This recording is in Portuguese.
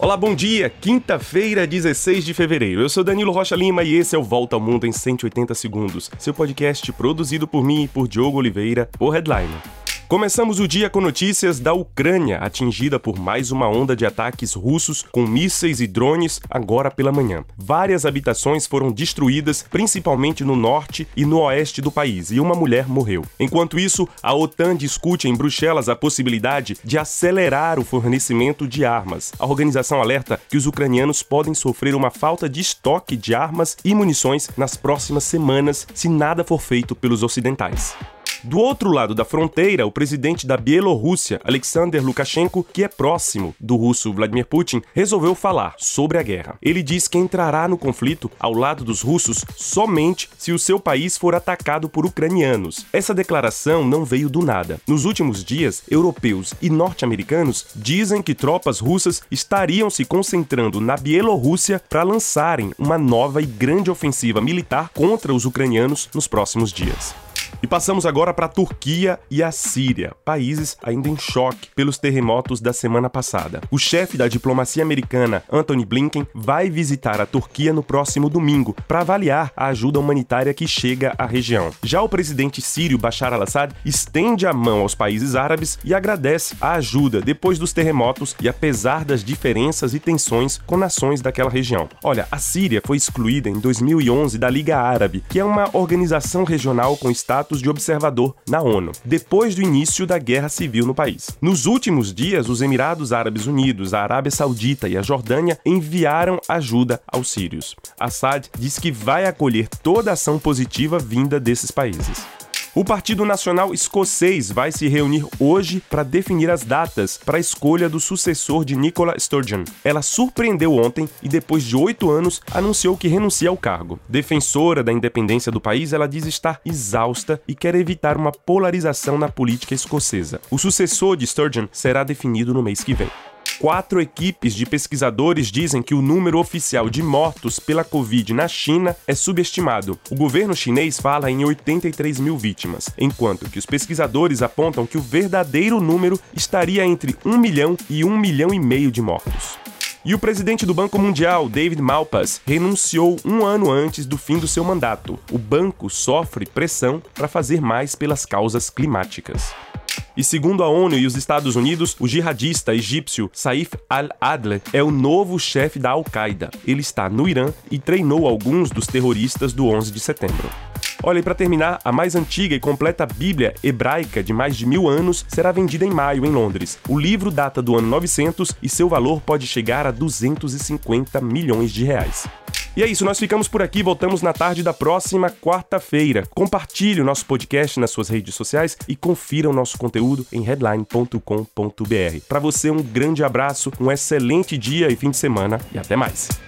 Olá, bom dia! Quinta-feira, 16 de fevereiro. Eu sou Danilo Rocha Lima e esse é o Volta ao Mundo em 180 Segundos, seu podcast produzido por mim e por Diogo Oliveira, o Headliner. Começamos o dia com notícias da Ucrânia, atingida por mais uma onda de ataques russos com mísseis e drones agora pela manhã. Várias habitações foram destruídas, principalmente no norte e no oeste do país, e uma mulher morreu. Enquanto isso, a OTAN discute em Bruxelas a possibilidade de acelerar o fornecimento de armas. A organização alerta que os ucranianos podem sofrer uma falta de estoque de armas e munições nas próximas semanas se nada for feito pelos ocidentais. Do outro lado da fronteira, o presidente da Bielorrússia, Alexander Lukashenko, que é próximo do russo Vladimir Putin, resolveu falar sobre a guerra. Ele diz que entrará no conflito ao lado dos russos somente se o seu país for atacado por ucranianos. Essa declaração não veio do nada. Nos últimos dias, europeus e norte-americanos dizem que tropas russas estariam se concentrando na Bielorrússia para lançarem uma nova e grande ofensiva militar contra os ucranianos nos próximos dias. E passamos agora para a Turquia e a Síria, países ainda em choque pelos terremotos da semana passada. O chefe da diplomacia americana, Antony Blinken, vai visitar a Turquia no próximo domingo para avaliar a ajuda humanitária que chega à região. Já o presidente sírio Bashar al-Assad estende a mão aos países árabes e agradece a ajuda depois dos terremotos e apesar das diferenças e tensões com nações daquela região. Olha, a Síria foi excluída em 2011 da Liga Árabe, que é uma organização regional com status de observador na ONU, depois do início da guerra civil no país. Nos últimos dias, os Emirados Árabes Unidos, a Arábia Saudita e a Jordânia enviaram ajuda aos sírios. Assad diz que vai acolher toda a ação positiva vinda desses países. O Partido Nacional Escocês vai se reunir hoje para definir as datas para a escolha do sucessor de Nicola Sturgeon. Ela surpreendeu ontem e, depois de 8 anos, anunciou que renuncia ao cargo. Defensora da independência do país, ela diz estar exausta e quer evitar uma polarização na política escocesa. O sucessor de Sturgeon será definido no mês que vem. 4 equipes de pesquisadores dizem que o número oficial de mortos pela Covid na China é subestimado. O governo chinês fala em 83 mil vítimas, enquanto que os pesquisadores apontam que o verdadeiro número estaria entre 1 milhão e 1,5 milhão de mortos. E o presidente do Banco Mundial, David Malpass, renunciou 1 ano antes do fim do seu mandato. O banco sofre pressão para fazer mais pelas causas climáticas. E segundo a ONU e os Estados Unidos, o jihadista egípcio Saif al-Adel é o novo chefe da Al-Qaeda. Ele está no Irã e treinou alguns dos terroristas do 11 de setembro. Olha, e para terminar, a mais antiga e completa Bíblia hebraica de mais de 1000 anos será vendida em maio, em Londres. O livro data do ano 900 e seu valor pode chegar a 250 milhões de reais. E é isso, nós ficamos por aqui, voltamos na tarde da próxima quarta-feira. Compartilhe o nosso podcast nas suas redes sociais e confira o nosso conteúdo em headline.com.br. Para você, um grande abraço, um excelente dia e fim de semana e até mais.